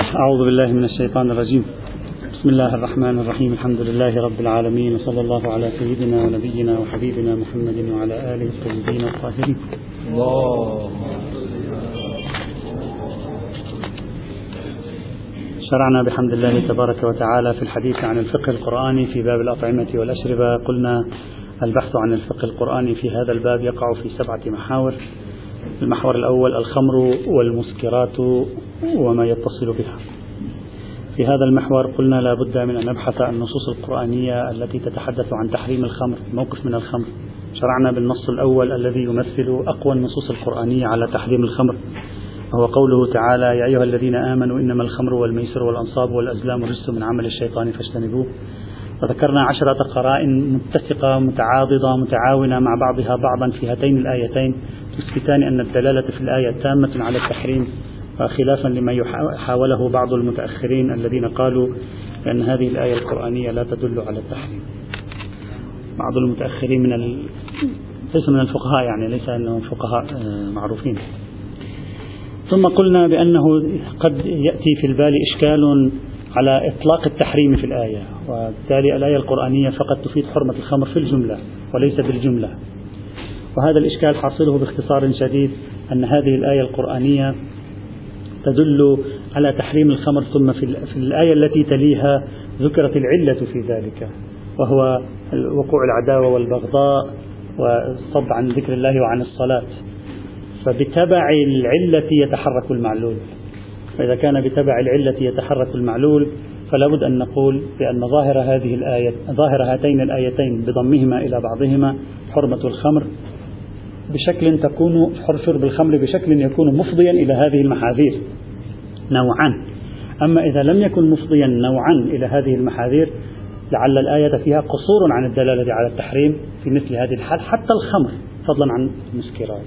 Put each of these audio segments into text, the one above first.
أعوذ بالله من الشيطان الرجيم. بسم الله الرحمن الرحيم. الحمد لله رب العالمين، وصلى الله على سيدنا ونبينا وحبيبنا محمد وعلى آله الطيبين الطاهرين. شرعنا بحمد الله تبارك وتعالى في الحديث عن الفقه القرآني في باب الأطعمة والأشربة. قلنا البحث عن الفقه القرآني في هذا الباب يقع في 7 محاور. المحور الأول الخمر والمسكرات وما يتصل بها. في هذا المحور قلنا لا بد من أن نبحث عن النصوص القرآنية التي تتحدث عن تحريم الخمر، موقف من الخمر. شرعنا بالنص الأول الذي يمثل أقوى النصوص القرآنية على تحريم الخمر، وهو قوله تعالى: يا أيها الذين آمنوا إنما الخمر والميسر والأنصاب والأزلام رجس من عمل الشيطان فاجتنبوه. وذكرنا 10 قرائن متسقة متعاضدة متعاونة مع بعضها بعضا في هاتين الآيتين تثبتان أن الدلالة في الآية تامة على التحريم، خلافا لما حاوله بعض المتأخرين الذين قالوا بأن هذه الآية القرآنية لا تدل على التحريم. بعض المتأخرين ليس من الفقهاء، يعني ليس أنهم فقهاء معروفين. ثم قلنا بأنه قد يأتي في البال إشكال على إطلاق التحريم في الآية، وبالتالي الآية القرآنية فقط تفيد حرمة الخمر في الجملة وليس بالجملة. وهذا الإشكال حاصله باختصار شديد أن هذه الآية القرآنية تدل على تحريم الخمر، ثم في الآية التي تليها ذكرت العلة في ذلك، وهو وقوع العداوة والبغضاء والصد عن ذكر الله وعن الصلاة. فبتبع العلة يتحرك المعلول، فإذا كان بتبع العلة يتحرك المعلول فلا بد أن نقول بأن ظاهر هاتين الآيتين بضمهما إلى بعضهما حرمة الخمر بشكل تكون شرب الخمر بشكل يكون مفضيا إلى هذه المحاذير نوعا. أما إذا لم يكن مفضيا نوعا إلى هذه المحاذير لعل الآية فيها قصور عن الدلالة على التحريم في مثل هذه الحال، حتى الخمر فضلا عن المسكرات.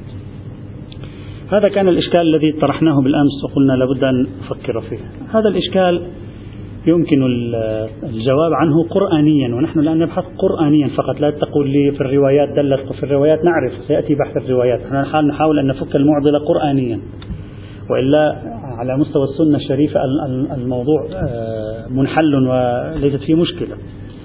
هذا كان الإشكال الذي طرحناه بالأمس وقلنا لابد أن نفكر فيه. هذا الإشكال يمكن الجواب عنه قرآنيا، ونحن الآن نبحث قرآنيا فقط. لا تقول لي في الروايات دلت، في الروايات نعرف سيأتي بحث الروايات، نحن نحاول أن نفك المعضلة قرآنيا، وإلا على مستوى السنة الشريفة الموضوع منحل وليست فيه مشكلة.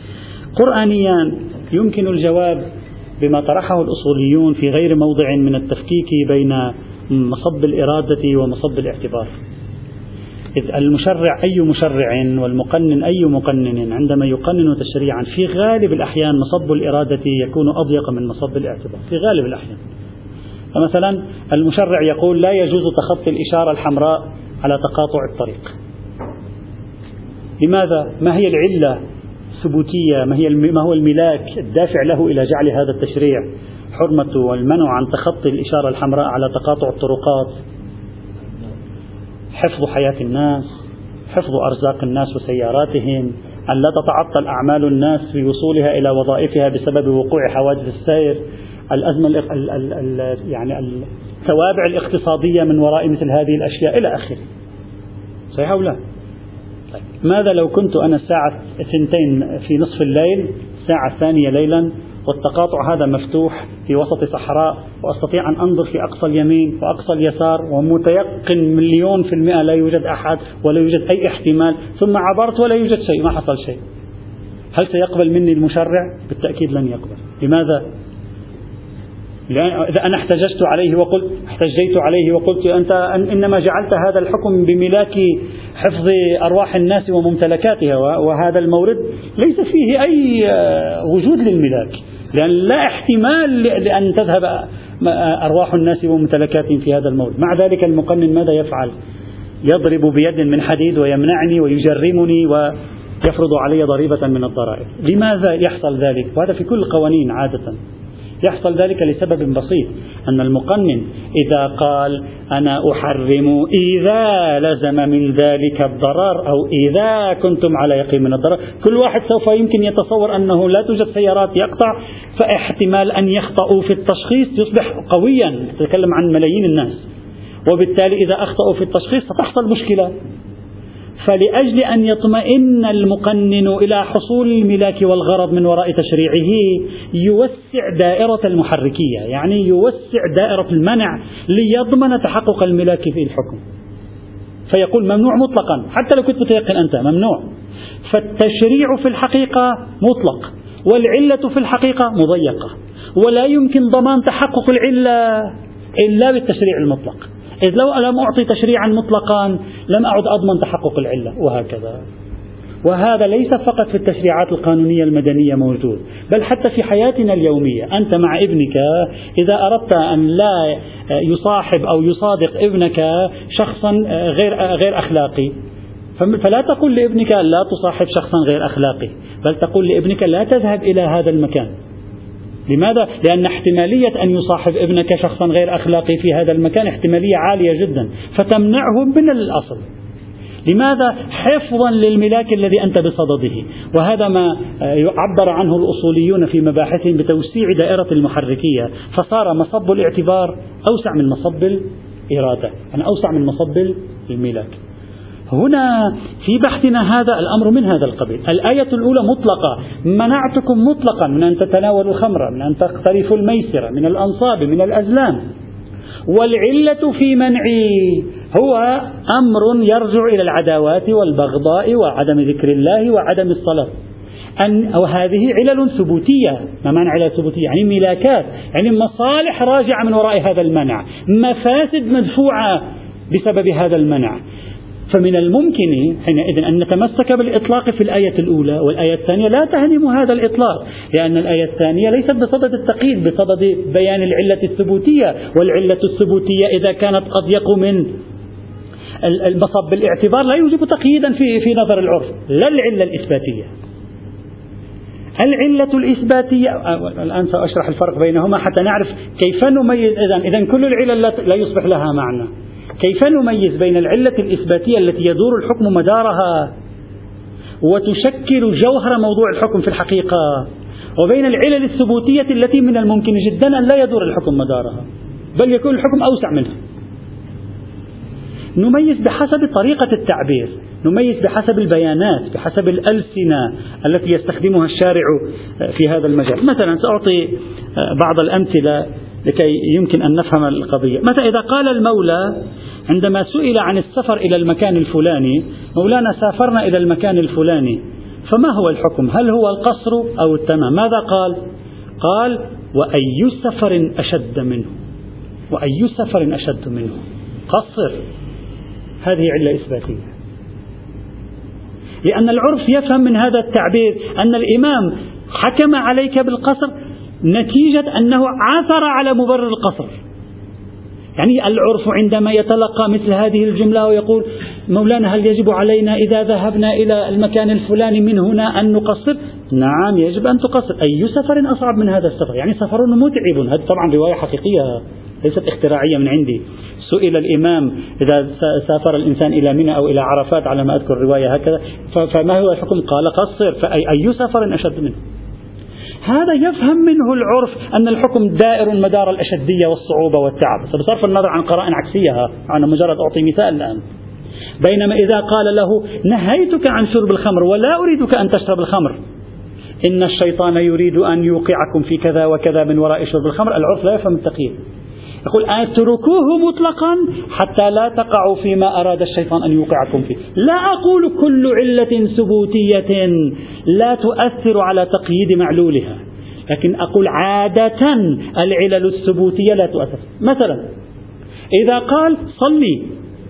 قرآنيا يمكن الجواب بما طرحه الأصوليون في غير موضع من التفكيك بين مصب الإرادة ومصب الاعتبار. إذ المشرع أي مشرع والمقنن أي مقنن عندما يقنن تشريعا في غالب الأحيان مصب الإرادة يكون أضيق من مصب الاعتبار في غالب الأحيان. فمثلا المشرع يقول لا يجوز تخطي الإشارة الحمراء على تقاطع الطريق. لماذا؟ ما هي العلة الثبوتية؟ ما هو الملاك الدافع له إلى جعل هذا التشريع حرمة والمنع عن تخطي الإشارة الحمراء على تقاطع الطرقات؟ حفظ حياة الناس، حفظ أرزاق الناس وسياراتهم، أن لا تتعطل أعمال الناس في وصولها إلى وظائفها بسبب وقوع حوادث السير، الأزمة يعني التوابع الاقتصادية من وراء مثل هذه الأشياء إلى آخره. صحيح أو لا؟ طيب. ماذا لو كنت أنا الساعة 2 في نصف الليل، الساعة 2 ليلا، والتقاطع هذا مفتوح في وسط صحراء، وأستطيع أن أنظر في أقصى اليمين وأقصى اليسار ومتيقن 1,000,000% لا يوجد أحد ولا يوجد أي احتمال، ثم عبرت ولا يوجد شيء، ما حصل شيء، هل سيقبل مني المشرع؟ بالتأكيد لن يقبل. لماذا؟ لأن إذا أنا احتجيت عليه وقلت أنت إنما جعلت هذا الحكم بملاك حفظ أرواح الناس وممتلكاتها، وهذا المورد ليس فيه أي وجود للملاك، لأن لا احتمال لأن تذهب أرواح الناس وممتلكاتهم في هذا المورد. مع ذلك المقنن ماذا يفعل؟ يضرب بيد من حديد ويمنعني ويجرمني ويفرض علي ضريبة من الضرائب. لماذا يحصل ذلك؟ وهذا في كل القوانين عادة يحصل ذلك لسبب بسيط، أن المقنن إذا قال أنا أحرم إذا لزم من ذلك الضرر، أو إذا كنتم على يقين من الضرر، كل واحد سوف يمكن يتصور أنه لا توجد سيارات يقطع، فاحتمال أن يخطئوا في التشخيص يصبح قويا، نتكلم عن ملايين الناس، وبالتالي إذا أخطأوا في التشخيص ستحصل مشكلة. فلأجل أن يطمئن المقنن إلى حصول الملاك والغرض من وراء تشريعه يوسع دائرة المحركية، يعني يوسع دائرة المنع ليضمن تحقق الملاك في الحكم. فيقول ممنوع مطلقا حتى لو كنت متيقن أنت ممنوع. فالتشريع في الحقيقة مطلق، والعلة في الحقيقة مضيقة، ولا يمكن ضمان تحقق العلة إلا بالتشريع المطلق، إذ لو لم أعطي تشريعا مطلقا لم أعد أضمن تحقق العلة، وهكذا. وهذا ليس فقط في التشريعات القانونية المدنية موجود، بل حتى في حياتنا اليومية. أنت مع ابنك إذا أردت أن لا يصاحب أو يصادق ابنك شخصا غير أخلاقي، فلا تقول لابنك لا تصاحب شخصا غير أخلاقي، بل تقول لابنك لا تذهب إلى هذا المكان. لماذا؟ لأن احتمالية أن يصاحب ابنك شخصا غير أخلاقي في هذا المكان احتمالية عالية جدا، فتمنعه من الأصل. لماذا؟ حفظا للملاك الذي أنت بصدده. وهذا ما يعبر عنه الأصوليون في مباحثهم بتوسيع دائرة المحركية، فصار مصب الاعتبار أوسع من مصب الإرادة، يعني أوسع من مصب الملاك. هنا في بحثنا هذا الأمر من هذا القبيل. الآية الأولى مطلقة، منعتكم مطلقا من أن تتناولوا الخمر، من أن تقترفوا الميسرة، من الأنصاب، من الأزلام. والعلة في منعي هو أمر يرجع إلى العداوات والبغضاء وعدم ذكر الله وعدم الصلاة. وهذه علل ثبوتية. ما معنى علل ثبوتية؟ يعني ملاكات، يعني مصالح راجعة من وراء هذا المنع، مفاسد مدفوعة بسبب هذا المنع. فمن الممكن حينئذ أن نتمسك بالإطلاق في الآية الأولى، والآية الثانية لا تهدم هذا الإطلاق، لأن الآية الثانية ليست بصدد التقييد، بصدد بيان العلة الثبوتية. والعلة الثبوتية إذا كانت أضيق من المصب الاعتبار لا يوجب تقييدا في نظر العرف، لا العلة الإثباتية. العلة الإثباتية الآن سأشرح الفرق بينهما حتى نعرف كيف نميز. إذن كل العلل لا يصبح لها معنى. كيف نميز بين العلة الإثباتية التي يدور الحكم مدارها وتشكل جوهر موضوع الحكم في الحقيقة، وبين العلل الثبوتية التي من الممكن جدا أن لا يدور الحكم مدارها، بل يكون الحكم أوسع منها. نميز بحسب طريقة التعبير، نميز بحسب البيانات، بحسب الألسنة التي يستخدمها الشارع في هذا المجال. مثلا سأعطي بعض الأمثلة لكي يمكن أن نفهم القضية. مثلا إذا قال المولى عندما سئل عن السفر إلى المكان الفلاني، مولانا سافرنا إلى المكان الفلاني، فما هو الحكم؟ هل هو القصر أو التمام؟ ماذا قال؟ قال وأي سفر أشد منه، وأي سفر أشد منه، قصر. هذه علة إثباتية، لأن العرف يفهم من هذا التعبير أن الإمام حكم عليك بالقصر نتيجة أنه عثر على مبرر القصر. يعني العرف عندما يتلقى مثل هذه الجملة ويقول مولانا هل يجب علينا إذا ذهبنا إلى المكان الفلاني من هنا أن نقصر؟ نعم يجب أن تقصر. أي سفر أصعب من هذا السفر؟ يعني سفر متعب. هذه طبعا رواية حقيقية ليست اختراعية من عندي. سئل الإمام إذا سافر الإنسان إلى منى أو إلى عرفات على ما أذكر الرواية هكذا، فما هو الحكم؟ قال قصر. فأي سفر أشد منه؟ هذا يفهم منه العرف أن الحكم دائر مدار الأشدية والصعوبة والتعب، بصرف النظر عن قرائن عكسية. أنا مجرد أعطي مثال الآن. بينما إذا قال له نهيتك عن شرب الخمر ولا أريدك أن تشرب الخمر، إن الشيطان يريد أن يوقعكم في كذا وكذا من وراء شرب الخمر، العرف لا يفهم التقييد. يقول اتركوه مطلقا حتى لا تقعوا فيما أراد الشيطان أن يوقعكم فيه. لا أقول كل علة ثبوتية لا تؤثر على تقييد معلولها، لكن أقول عادة العلل الثبوتية لا تؤثر. مثلا إذا قال صلي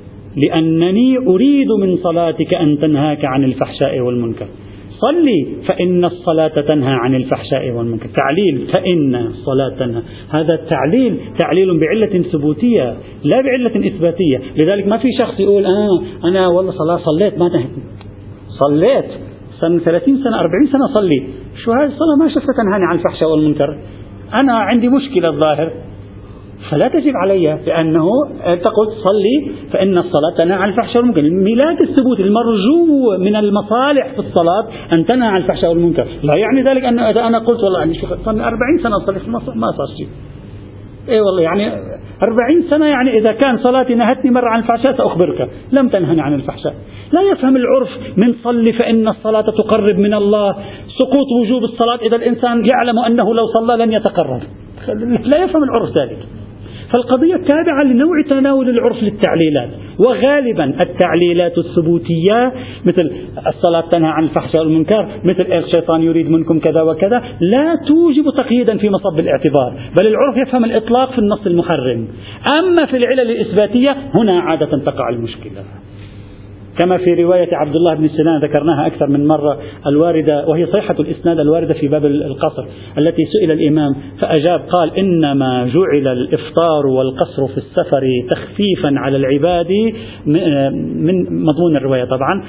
لأنني أريد من صلاتك أن تنهاك عن الفحشاء والمنكر، صلي فإن الصلاة تنهى عن الفحشاء والمنكر. تعليل فإن الصلاة تنهى، هذا التعليل تعليل بعلة ثبوتية لا بعلة إثباتية. لذلك ما في شخص يقول أنا والله صليت ما نهيت، صليت سنة 30 سنة 40 سنة صلي، شو هذه الصلاة ما شفت تنهاني عن الفحشاء والمنكر، أنا عندي مشكلة الظاهر، فلا تجب علي، لأنه تقول صلي فإن الصلاة تنهى عن الفحشاء والمنكر. الميلاد الثبوت المرجو من المصالح في الصلاة أن تنهى عن الفحشاء والمنكر، لا يعني ذلك أن إذا أنا قلت والله يعني صلي 40 سنة صلي ما صار شيء، إيه والله يعني 40 سنة يعني إذا كان صلاتي نهتني مرة عن الفحشاء سأخبرك لم تنهني عن الفحشاء. لا يفهم العرف من صلي فإن الصلاة تقرب من الله سقوط وجوب الصلاة إذا الإنسان يعلم أنه لو صلى لن يتقرب، لا يفهم العرف ذلك. فالقضية تابعة لنوع تناول العرف للتعليلات، وغالبا التعليلات الثبوتية مثل الصلاة تنهى عن الفحشاء والمنكر، مثل الشيطان يريد منكم كذا وكذا، لا توجب تقييدا في مصب الاعتبار، بل العرف يفهم الإطلاق في النص المحرم. أما في العلل الإثباتية هنا عادة تقع المشكلة، كما في رواية عبد الله بن سنان ذكرناها أكثر من مرة الواردة، وهي صحيحة الإسناد الواردة في باب القصر، التي سئل الإمام فأجاب قال: إنما جعل الإفطار والقصر في السفر تخفيفا على العباد، من مضمون الرواية طبعا،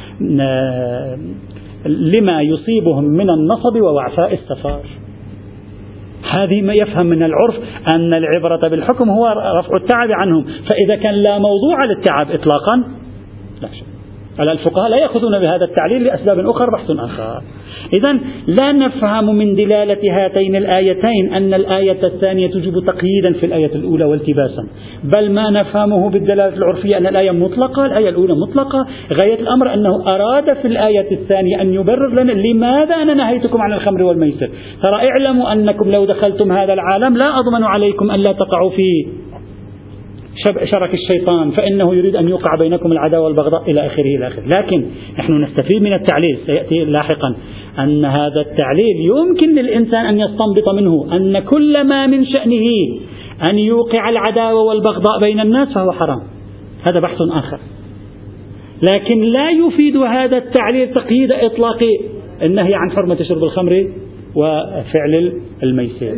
لما يصيبهم من النصب ووعثاء السفر. هذه ما يفهم من العرف أن العبرة بالحكم هو رفع التعب عنهم، فإذا كان لا موضوع للتعب إطلاقا لا شيء. الفقهاء لا يأخذون بهذا التعليل لأسباب أخرى، بحث آخر. إذن لا نفهم من دلالة هاتين الآيتين أن الآية الثانية تجب تقييدا في الآية الأولى والتباسا، بل ما نفهمه بالدلالة العرفية أن الآية مطلقة، الآية الأولى مطلقة، غاية الأمر أنه أراد في الآية الثانية أن يبرر لنا لماذا أنا نهيتكم عن الخمر والميسر. ترى اعلموا أنكم لو دخلتم هذا العالم لا أضمن عليكم أن لا تقعوا في شرك الشيطان، فإنه يريد أن يوقع بينكم العداوة والبغضاء إلى آخره إلى آخره. لكن نحن نستفيد من التعليل، سيأتي لاحقا أن هذا التعليل يمكن للإنسان أن يستنبط منه أن كل ما من شأنه أن يوقع العداوة والبغضاء بين الناس فهو حرام. هذا بحث آخر، لكن لا يفيد هذا التعليل تقييد إطلاق النهي عن حرمة شرب الخمر وفعل الميسر.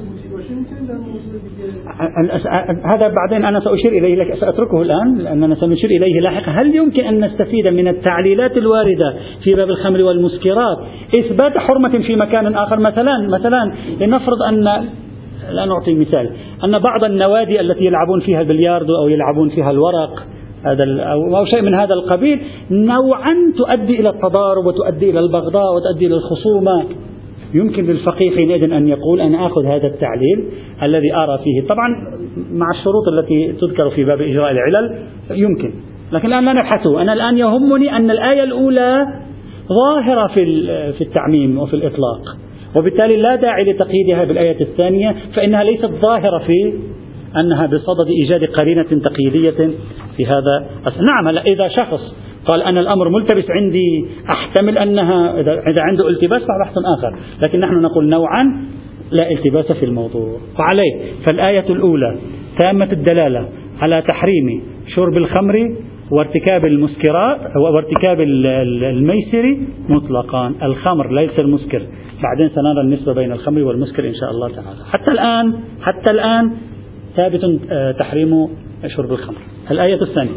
هذا بعدين أنا سأشير إليه، لك سأتركه الآن لأننا سنشير إليه لاحقا. هل يمكن أن نستفيد من التعليلات الواردة في باب الخمر والمسكرات إثبات حرمة في مكان آخر؟ مثلا لنفرض أن، لا نعطي مثال، أن بعض النوادي التي يلعبون فيها البلياردو أو يلعبون فيها الورق أو شيء من هذا القبيل نوعا تؤدي إلى التضارب وتؤدي إلى البغضاء وتؤدي إلى الخصومة. يمكن للفقيه حينئذ أن يقول أنا أخذ هذا التعليل الذي أرى فيه، طبعا مع الشروط التي تذكر في باب إجراء العلل يمكن، لكن الآن لا نبحثه. أنا الآن يهمني أن الآية الأولى ظاهرة في التعميم وفي الإطلاق، وبالتالي لا داعي لتقييدها بالآية الثانية، فإنها ليست ظاهرة في أنها بصدد إيجاد قرينة تقييدية في هذا. نعم، إذا شخص قال أنا الأمر ملتبس عندي، أحتمل أنها إذا عنده التباس فبحث آخر، لكن نحن نقول نوعا لا التباس في الموضوع. وعليه فالآية الأولى تامة الدلالة على تحريم شرب الخمر وارتكاب المسكرات وارتكاب الميسر مطلقا. الخمر ليس المسكر، بعدين سنرى النسبة بين الخمر والمسكر إن شاء الله تعالى. حتى الآن ثابت تحريم شرب الخمر. الآية الثانية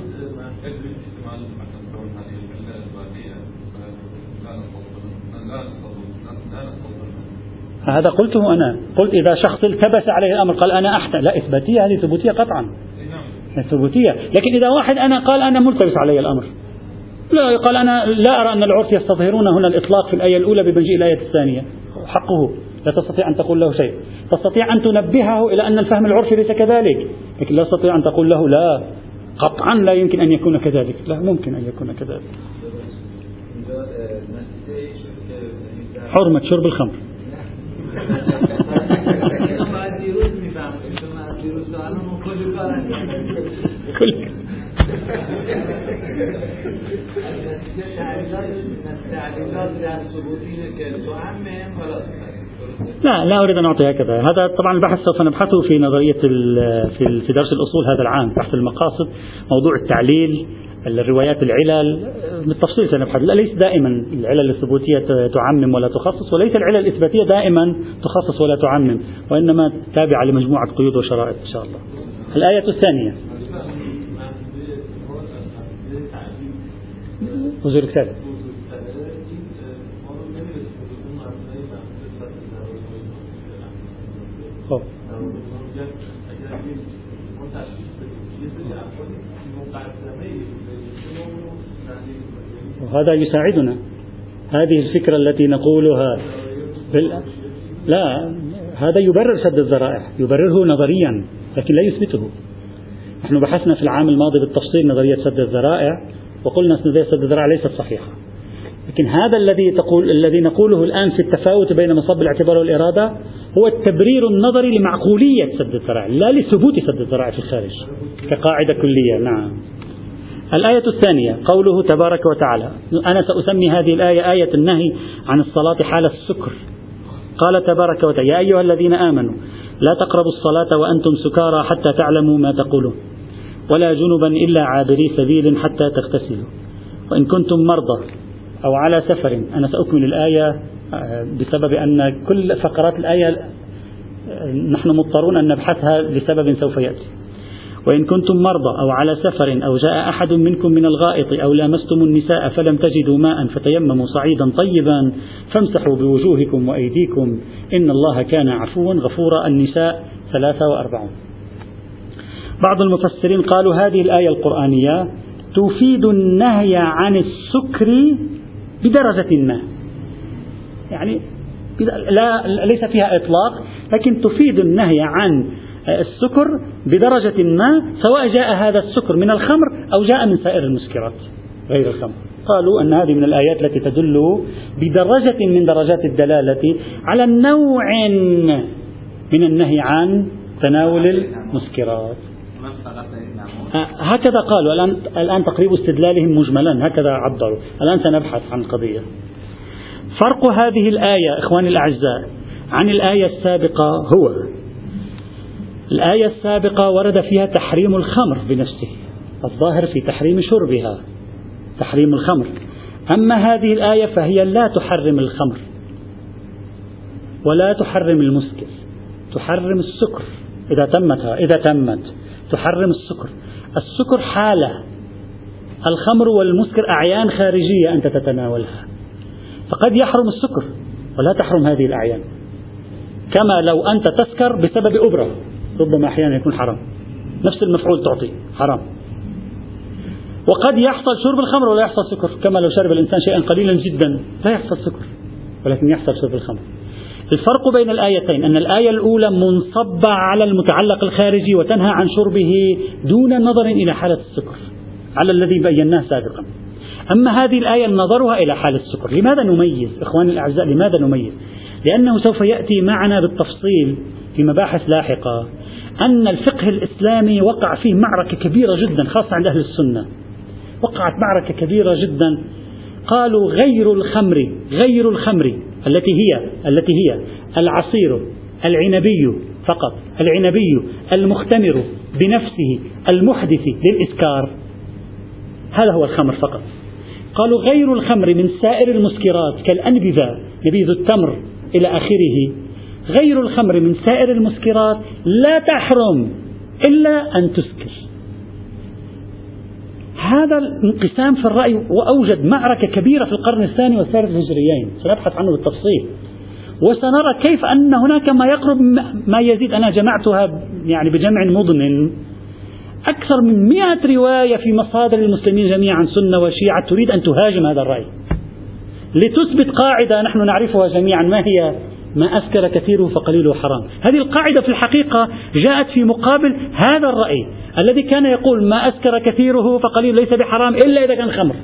هذا قلته أنا، قلت إذا شخص التبس عليه الأمر قال أنا أحتمل، لا إثباتية، هذه ثبوتية قطعا ثبوتية. لكن إذا واحد أنا قال أنا ملتبس عليه الأمر، لا قال أنا لا أرى أن العرف يستظهرون هنا الإطلاق في الآية الأولى بمجيء الآية الثانية، حقه لا تستطيع أن تقول له شيء. تستطيع أن تنبهه إلى أن الفهم العرفي ليس كذلك، لكن لا تستطيع أن تقول له لا قطعا لا يمكن أن يكون كذلك. لا، ممكن أن يكون كذلك. حرمة شرب الخمر لا أريد أن أعطي هكذا. هذا طبعا البحث سوف نبحثه في نظرية في درس الأصول هذا العام، بحث المقاصد، موضوع التعليل، الروايات، العلل بالتفصيل سنبحث. ليس دائما العلل الثبوتية تعمم ولا تخصص، وليس العلل الإثباتية دائما تخصص ولا تعمم، وإنما تابعة لمجموعة قيود وشرائط إن شاء الله. الآية الثانية وزير الثالث. وهذا يساعدنا، هذه الفكرة التي نقولها لا، هذا يبرر سد الذرائع، يبرره نظريا لكن لا يثبته. نحن بحثنا في العام الماضي بالتفصيل نظرية سد الذرائع، وقلنا نظرية سد الذرائع ليست صحيحة. لكن هذا الذي نقوله الآن في التفاوت بين مصب الاعتبار والإرادة هو التبرير النظري لمعقولية سد الذرائع لا لثبوت سد الذرائع في الخارج كقاعدة كلية. نعم. الآية الثانية قوله تبارك وتعالى، أنا سأسمي هذه الآية آية النهي عن الصلاة حال السكر. قال تبارك وتعالى: يا أيها الذين آمنوا لا تقربوا الصلاة وأنتم سكارى حتى تعلموا ما تقولون ولا جنبا إلا عابري سبيل حتى تغتسلوا وإن كنتم مرضى أو على سفر. أنا سأكمل الآية بسبب أن كل فقرات الآية نحن مضطرون أن نبحثها لسبب سوف يأتي. وإن كنتم مرضى أو على سفر أو جاء أحد منكم من الغائط أو لامستم النساء فلم تجدوا ماء فتيمموا صعيدا طيبا فامسحوا بوجوهكم وأيديكم إن الله كان عفوا غفورا. النساء 43. بعض المفسرين قالوا هذه الآية القرآنية تفيد النهي عن السكر بدرجة ما، يعني ليس فيها إطلاق، لكن تفيد النهي عن السكر بدرجة ما، سواء جاء هذا السكر من الخمر أو جاء من سائر المسكرات غير الخمر. قالوا أن هذه من الآيات التي تدل بدرجة من درجات الدلالة على نوع من النهي عن تناول المسكرات. هكذا قالوا. الآن تقريب استدلالهم مجملا هكذا عبروا. الآن سنبحث عن القضية. فرق هذه الآية إخواني الأعزاء عن الآية السابقة هو: الآية السابقة ورد فيها تحريم الخمر بنفسه، الظاهر في تحريم شربها، تحريم الخمر. أما هذه الآية فهي لا تحرم الخمر ولا تحرم المسكر، تحرم السكر إذا تمت تحرم السكر. السكر حالة، الخمر والمسكر أعيان خارجية أنت تتناولها، فقد يحرم السكر ولا تحرم هذه الأعيان. كما لو أنت تسكر بسبب أبرة ربما أحيانا يكون حرام، نفس المفعول تعطي حرام. وقد يحصل شرب الخمر ولا يحصل سكر، كما لو شرب الإنسان شيئا قليلا جدا لا يحصل سكر ولكن يحصل شرب الخمر. الفرق بين الآيتين أن الآية الأولى منصبة على المتعلق الخارجي وتنهى عن شربه دون نظر إلى حالة السكر على الذي بيناه سابقا. أما هذه الآية نظرها إلى حال السكر. لماذا نميز إخواني الأعزاء؟ لماذا نميز؟ لأنه سوف يأتي معنا بالتفصيل في مباحث لاحقة أن الفقه الإسلامي وقع فيه معركة كبيرة جدا، خاصة عند أهل السنة وقعت معركة كبيرة جدا. قالوا غير الخمر التي هي العصير العنبي فقط، العنبي المختمر بنفسه المحدث للإسكار، هذا هو الخمر فقط. قالوا غير الخمر من سائر المسكرات كالأنبذة، نبيذ التمر إلى آخره، غير الخمر من سائر المسكرات لا تحرم إلا أن تسكر. هذا الانقسام في الرأي وأوجد معركة كبيرة في القرن الثاني والثالث الهجريين، سنبحث عنه بالتفصيل وسنرى كيف أن هناك ما يقرب ما يزيد. أنا جمعتها يعني بجمع مضن أكثر من 100 رواية في مصادر المسلمين جميعا سنة وشيعة تريد أن تهاجم هذا الرأي لتثبت قاعدة نحن نعرفها جميعا، ما هي؟ ما أسكر كثيره فقليله حرام. هذه القاعدة في الحقيقة جاءت في مقابل هذا الرأي الذي كان يقول ما أسكر كثيره فقليله ليس بحرام إلا إذا كان خمر.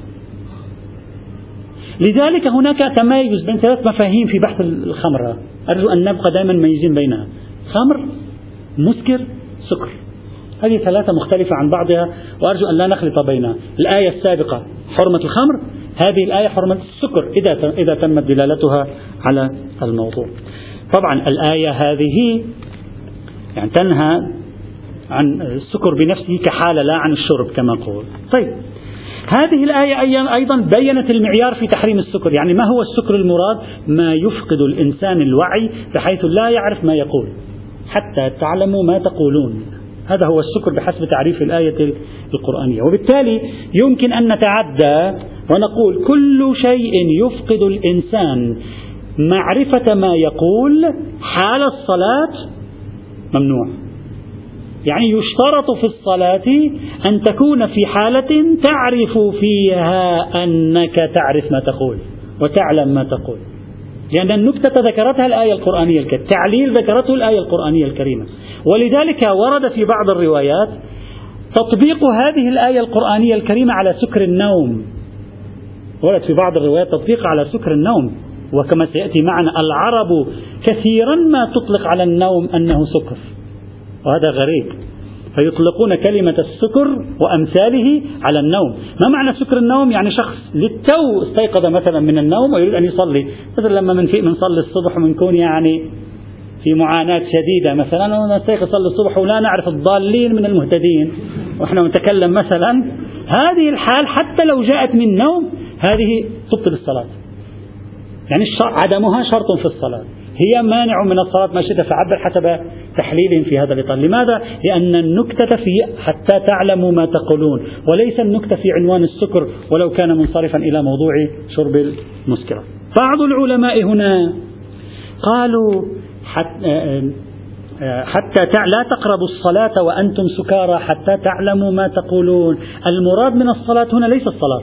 لذلك هناك تمايز بين 3 مفاهيم في بحث الخمر، أرجو أن نبقى دائما مميزين بينها: خمر، مسكر، سكر. هذه 3 مختلفة عن بعضها وأرجو أن لا نخلط بينها. الآية السابقة حرمة الخمر، هذه الآية حرمة السكر إذا تمت دلالتها على الموضوع. طبعا الآية هذه يعني تنهى عن السكر بنفسه كحالة لا عن الشرب كما قول. طيب هذه الآية أيضا بيّنت المعيار في تحريم السكر. يعني ما هو السكر المراد؟ ما يفقد الإنسان الوعي بحيث لا يعرف ما يقول حتى تعلموا ما تقولون، هذا هو السكر بحسب تعريف الآية القرآنية. وبالتالي يمكن أن نتعدى ونقول كل شيء يفقد الإنسان معرفة ما يقول حال الصلاة ممنوع. يعني يشترط في الصلاة أن تكون في حالة تعرف فيها أنك تعرف ما تقول وتعلم ما تقول، لأن النكتة ذكرتها الآية القرآنية الكريمة، التعليل ذكرته الآية القرآنية الكريمة. ولذلك ورد في بعض الروايات تطبيق هذه الآية القرآنية الكريمة على سكر النوم. ورد في بعض الروايات تطبيق على سكر النوم، وكما سيأتي معنا العرب كثيرا ما تطلق على النوم أنه سكر، وهذا غريب، فيطلقون كلمة السكر وأمثاله على النوم. ما معنى سكر النوم؟ يعني شخص للتو استيقظ مثلا من النوم ويريد أن يصلي، مثلا لما منفيق منصلي الصبح ومنكون يعني في معاناة شديدة، مثلا ونستيقظ صلي الصبح ولا نعرف الضالين من المهتدين وإحنا نتكلم مثلا، هذه الحال حتى لو جاءت من نوم هذه تبطل الصلاة، يعني عدمها شرط في الصلاة، هي مانع من الصلاة ما شئت فعبر حسب تحليل في هذا الإطار. لماذا؟ لأن النكتة في حتى تعلموا ما تقولون، وليس النكتة في عنوان السكر ولو كان منصرفا إلى موضوع شرب المسكرات. بعض العلماء هنا قالوا حتى لا تقربوا الصلاة وأنتم سكارى حتى تعلموا ما تقولون. المراد من الصلاة هنا ليس الصلاة،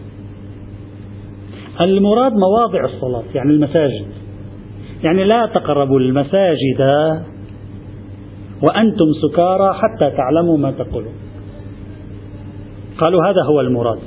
المراد مواضع الصلاة، يعني المساجد، يعني لا تقربوا المساجد وأنتم سكارى حتى تعلموا ما تقولون. قالوا هذا هو المراد.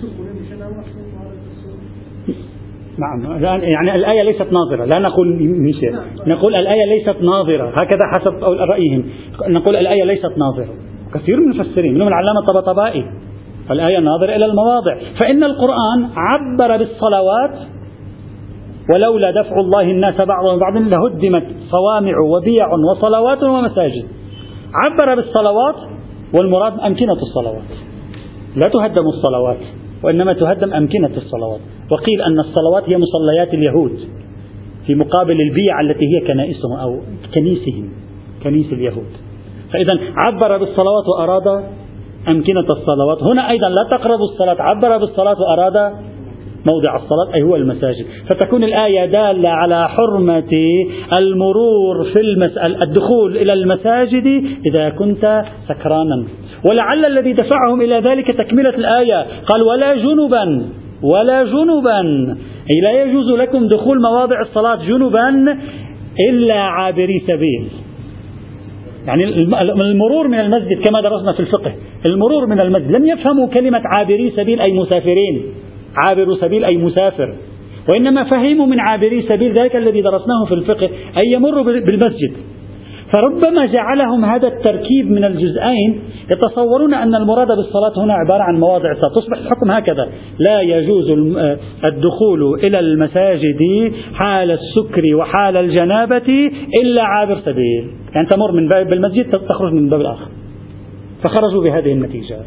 نعم، يعني الآية ليست ناظرة، لا نقول مشي، نقول الآية ليست ناظرة، هكذا حسب رأيهم، نقول الآية ليست ناظرة. كثير من المفسرين منهم العلامة الطباطبائي الآية ناظرة إلى المواضع، فإن القرآن عبر بالصلوات ولولا دفع الله الناس بعضهم بعض لهدمت صوامع وبيع وصلوات ومساجد. عبر بالصلوات والمراد أمكنة الصلوات، لا تهدم الصلوات وإنما تهدم أمكنة الصلوات. وقيل أن الصلوات هي مصليات اليهود في مقابل البيع التي هي كنائسهم أو كنيسهم، كنيس اليهود. فإذا عبر بالصلوات وأراد أمكنة الصلوات. هنا أيضا لا تقربوا الصلاة، عبر بالصلاة وأراد موضع الصلاة أي هو المساجد. فتكون الآية دالة على حرمة المرور في الدخول إلى المساجد إذا كنت سكرانا. ولعل الذي دفعهم إلى ذلك تكملة الآية، قال ولا جنبا أي لا يجوز لكم دخول مواضع الصلاة جنبا إلا عابري سبيل. يعني المرور من المسجد كما درسنا في الفقه، المرور من المسجد لم يفهموا كلمة عابري سبيل أي مسافرين، عابر سبيل أي مسافر، وإنما فهموا من عابري سبيل ذلك الذي درسناه في الفقه أي يمر بالمسجد. فربما جعلهم هذا التركيب من الجزئين يتصورون أن المراد بالصلاة هنا عبارة عن مواضع الصلاة. تصبح الحكم هكذا: لا يجوز الدخول إلى المساجد حال السكر وحال الجنابة إلا عابر سبيل، يعني تمر من باب المسجد تخرج من باب الآخر. فخرجوا بهذه النتيجة.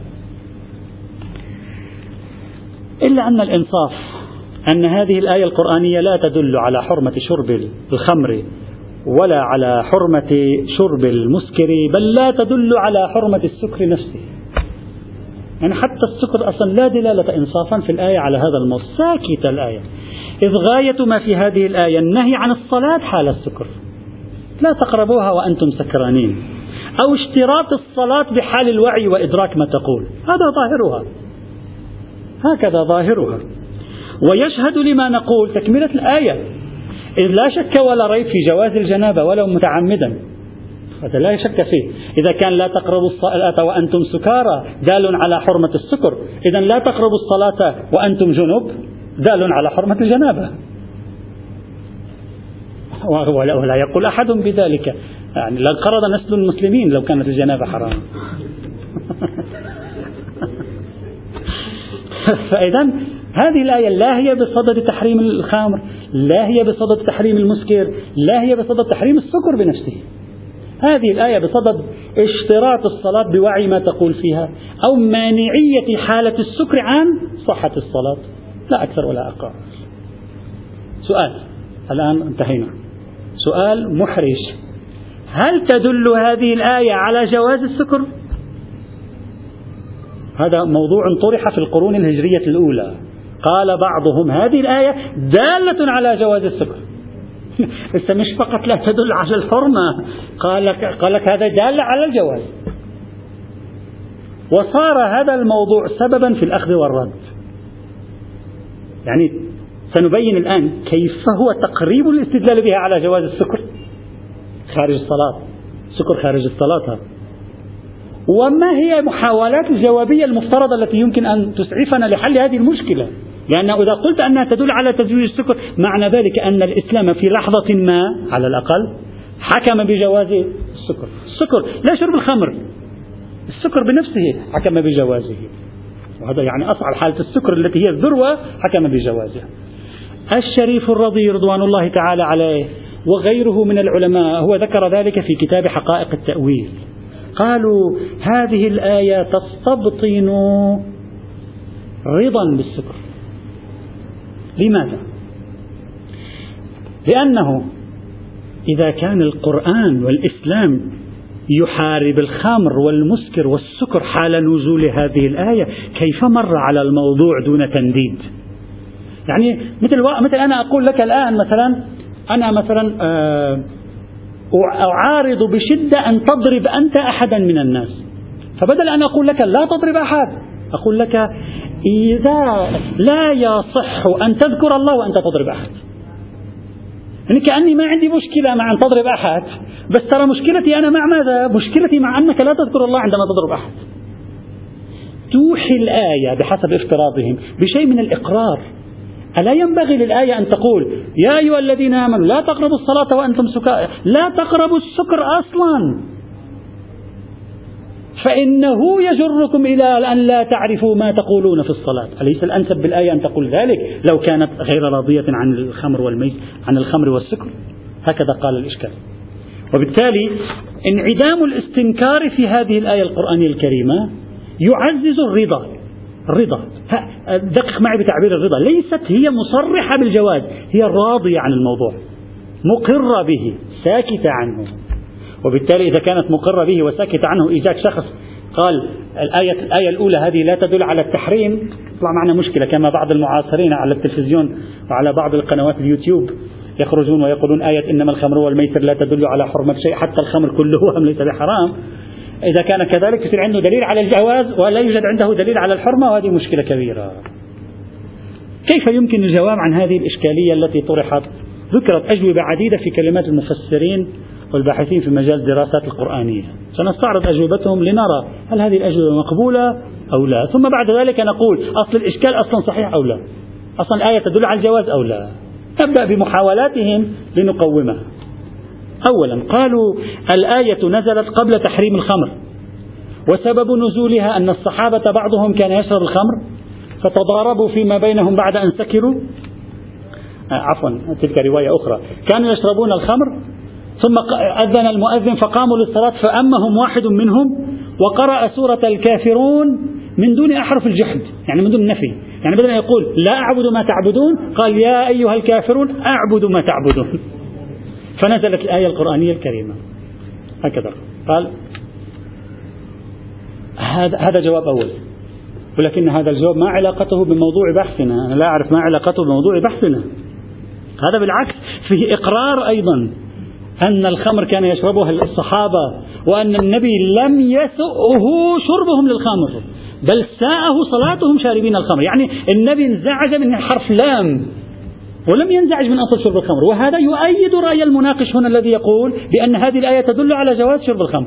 إلا أن الإنصاف أن هذه الآية القرآنية لا تدل على حرمة شرب الخمر ولا على حرمة شرب المسكر، بل لا تدل على حرمة السكر نفسه. يعني حتى السكر أصلا لا دلالة إنصافا في الآية على هذا الموضوع، ساكتة الآية، إذ غاية ما في هذه الآية النهي عن الصلاة حال السكر، لا تقربوها وأنتم سكرانين، أو اشتراط الصلاة بحال الوعي وإدراك ما تقول. هذا ظاهرها، هكذا ظاهرها. ويشهد لما نقول تكملة الآية: إذ لا شك ولا ريب في جواز الجنابة ولو متعمدا، هذا لا شك فيه. إذا كان لا تقربوا الصلاة وأنتم سكارى دال على حرمة السكر، إذا لا تقربوا الصلاة وأنتم جنب دال على حرمة الجنابة، ولا يقول أحد بذلك. يعني لانقرض نسل المسلمين لو كانت الجنابة حرام. فإذا هذه الآية لا هي بصدد تحريم الخمر، لا هي بصدد تحريم المسكر، لا هي بصدد تحريم السكر بنفسه. هذه الآية بصدد اشتراط الصلاة بوعي ما تقول فيها، أو مانعية حالة السكر عن صحة الصلاة، لا أكثر ولا أقل. سؤال، الآن انتهينا. سؤال محرج: هل تدل هذه الآية على جواز السكر؟ هذا موضوع طرح في القرون الهجرية الأولى. قال بعضهم هذه الآية دالة على جواز السكر. بس مش فقط لا تدل على الحرمة، قال لك هذا دال على الجواز. وصار هذا الموضوع سببا في الأخذ والرد. يعني سنبين الآن كيف هو تقريب الاستدلال بها على جواز السكر خارج الصلاة، سكر خارج الصلاة، وما هي محاولات الجوابية المفترضة التي يمكن أن تسعفنا لحل هذه المشكلة. لأنه إذا قلت أنها تدل على تزويج السكر معنى ذلك أن الإسلام في لحظة ما على الأقل حكم بجواز السكر لا شرب الخمر، السكر بنفسه حكم بجوازه، وهذا يعني أصعب حالة السكر التي هي الذروة حكم بجوازها. الشريف الرضي رضوان الله تعالى عليه وغيره من العلماء هو ذكر ذلك في كتاب حقائق التأويل، قالوا هذه الآية تستبطن رضا بالسكر. لماذا؟ لأنه إذا كان القرآن والإسلام يحارب الخمر والمسكر والسكر حال نزول هذه الآية، كيف مر على الموضوع دون تنديد؟ يعني مثل أنا أقول لك الآن أنا مثلا أعارض بشدة أن تضرب أنت أحدا من الناس، فبدل أن أقول لك لا تضرب أحد أقول لك إذا لا يصح أن تذكر الله وأنت تضرب أحد. يعني كأني ما عندي مشكلة مع أن تضرب أحد، بس ترى مشكلتي أنا مع ماذا؟ مشكلتي مع أنك لا تذكر الله عندما تضرب أحد. توحي الآية بحسب افتراضهم بشيء من الإقرار. ألا ينبغي للآية أن تقول يا أيها الذين آمنوا لا تقربوا الصلاة وأنتم سكارى، لا تقربوا السكر أصلا، فإنه يجركم إلى أن لا تعرفوا ما تقولون في الصلاة. أليس الأنسب بالآية أن تقول ذلك لو كانت غير راضية عن الخمر والميسر، عن الخمر والسكر؟ هكذا قال الإشكال. وبالتالي انعدام الاستنكار في هذه الآية القرآنية الكريمة يعزز الرضا. دقق معي بتعبير الرضا، ليست هي مصرحة بالجواز، هي راضية عن الموضوع، مقرة به، ساكتة عنه. وبالتالي إذا كانت مقرة به وساكتة عنه، إيجاد شخص قال الآية الأولى هذه لا تدل على التحريم، يطلع معنا مشكلة، كما بعض المعاصرين على التلفزيون وعلى بعض القنوات اليوتيوب يخرجون ويقولون آية إنما الخمر والميسر لا تدل على حرمة شيء، حتى الخمر كله ليس بحرام. إذا كان كذلك يصير عنده دليل على الجواز ولا يوجد عنده دليل على الحرمة، وهذه مشكلة كبيرة. كيف يمكن الجواب عن هذه الإشكالية التي طرحت؟ ذكرت أجوبة عديدة في كلمات المفسرين والباحثين في مجال الدراسات القرآنية، سنستعرض أجوبتهم لنرى هل هذه الأجوبة مقبولة أو لا، ثم بعد ذلك نقول أصل الإشكال أصلا صحيح أو لا، أصلا الآية تدل على الجواز أو لا. نبدأ بمحاولاتهم لنقومها. أولا قالوا الآية نزلت قبل تحريم الخمر، وسبب نزولها أن الصحابة بعضهم كان يشرب الخمر فتضاربوا فيما بينهم بعد أن سكروا، تلك رواية أخرى، كانوا يشربون الخمر ثم أذن المؤذن فقاموا للصلاة فأمهم واحد منهم وقرأ سورة الكافرون من دون أحرف الجحد، يعني من دون النفي، يعني بدل أن يقول لا أعبد ما تعبدون قال يا أيها الكافرون أعبد ما تعبدون، فنزلت الآية القرآنية الكريمة. هكذا قال. هذا جواب أول، ولكن هذا الجواب ما علاقته بموضوع بحثنا، أنا لا أعرف ما علاقته بموضوع بحثنا. هذا بالعكس فيه إقرار أيضا أن الخمر كان يشربها الصحابة، وأن النبي لم يسؤه شربهم للخمر بل ساءه صلاتهم شاربين الخمر، يعني النبي انزعج من حرف لام ولم ينزعج من أصل شرب الخمر. وهذا يؤيد رأي المناقش هنا الذي يقول بأن هذه الآية تدل على جواز شرب الخمر.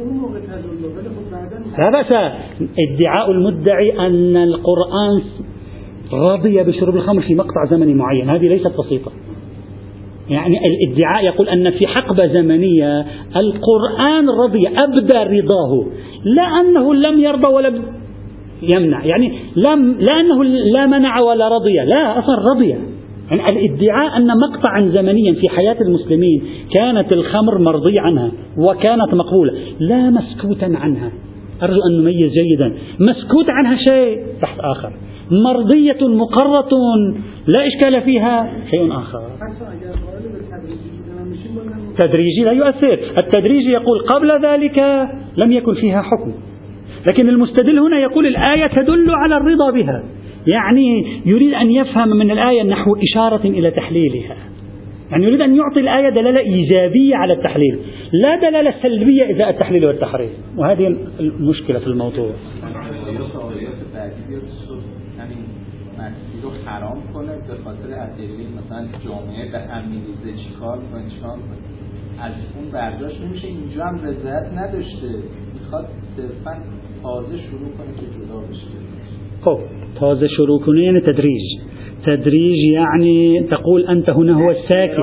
لا بأس. ادعاء المدعي أن القرآن رضي بشرب الخمر في مقطع زمني معين هذه ليست بسيطة. يعني الادعاء يقول أن في حقبة زمنية القرآن رضي، أبدى رضاه، لا أنه لم يرضى ولا يمنع، يعني لا أنه لا منع ولا رضي، لا أصلا رضي. يعني الادعاء أن مقطعا زمنيا في حياة المسلمين كانت الخمر مرضي عنها وكانت مقبولة لا مسكوتا عنها، أرجو أن نميز جيدا، مسكوت عنها شيء تحت آخر، مرضية مقرة لا إشكال فيها شيء آخر. تدريجي لا يؤثر، التدريجي يقول قبل ذلك لم يكن فيها حكم، لكن المستدل هنا يقول الآية تدل على الرضا بها، يعني يريد أن يفهم من الآية نحو إشارة إلى تحليلها، يعني يريد أن يعطي الآية دلالة إيجابية على التحليل لا دلالة سلبية إزاء التحليل والتحريم، وهذه المشكلة في الموضوع. رو حرام کنه به خاطر ادله مثلا جامعه به هم میریزه چیکار کنه از اون برداشت نمیشه، اینجا هم رضایت نداشته، میخواد صرفا تازه شروع کنه که جدا بشه. خب تازه شروع کنه یعنی تدریج، التدريج يعني تقول أنت هنا هو الساكت.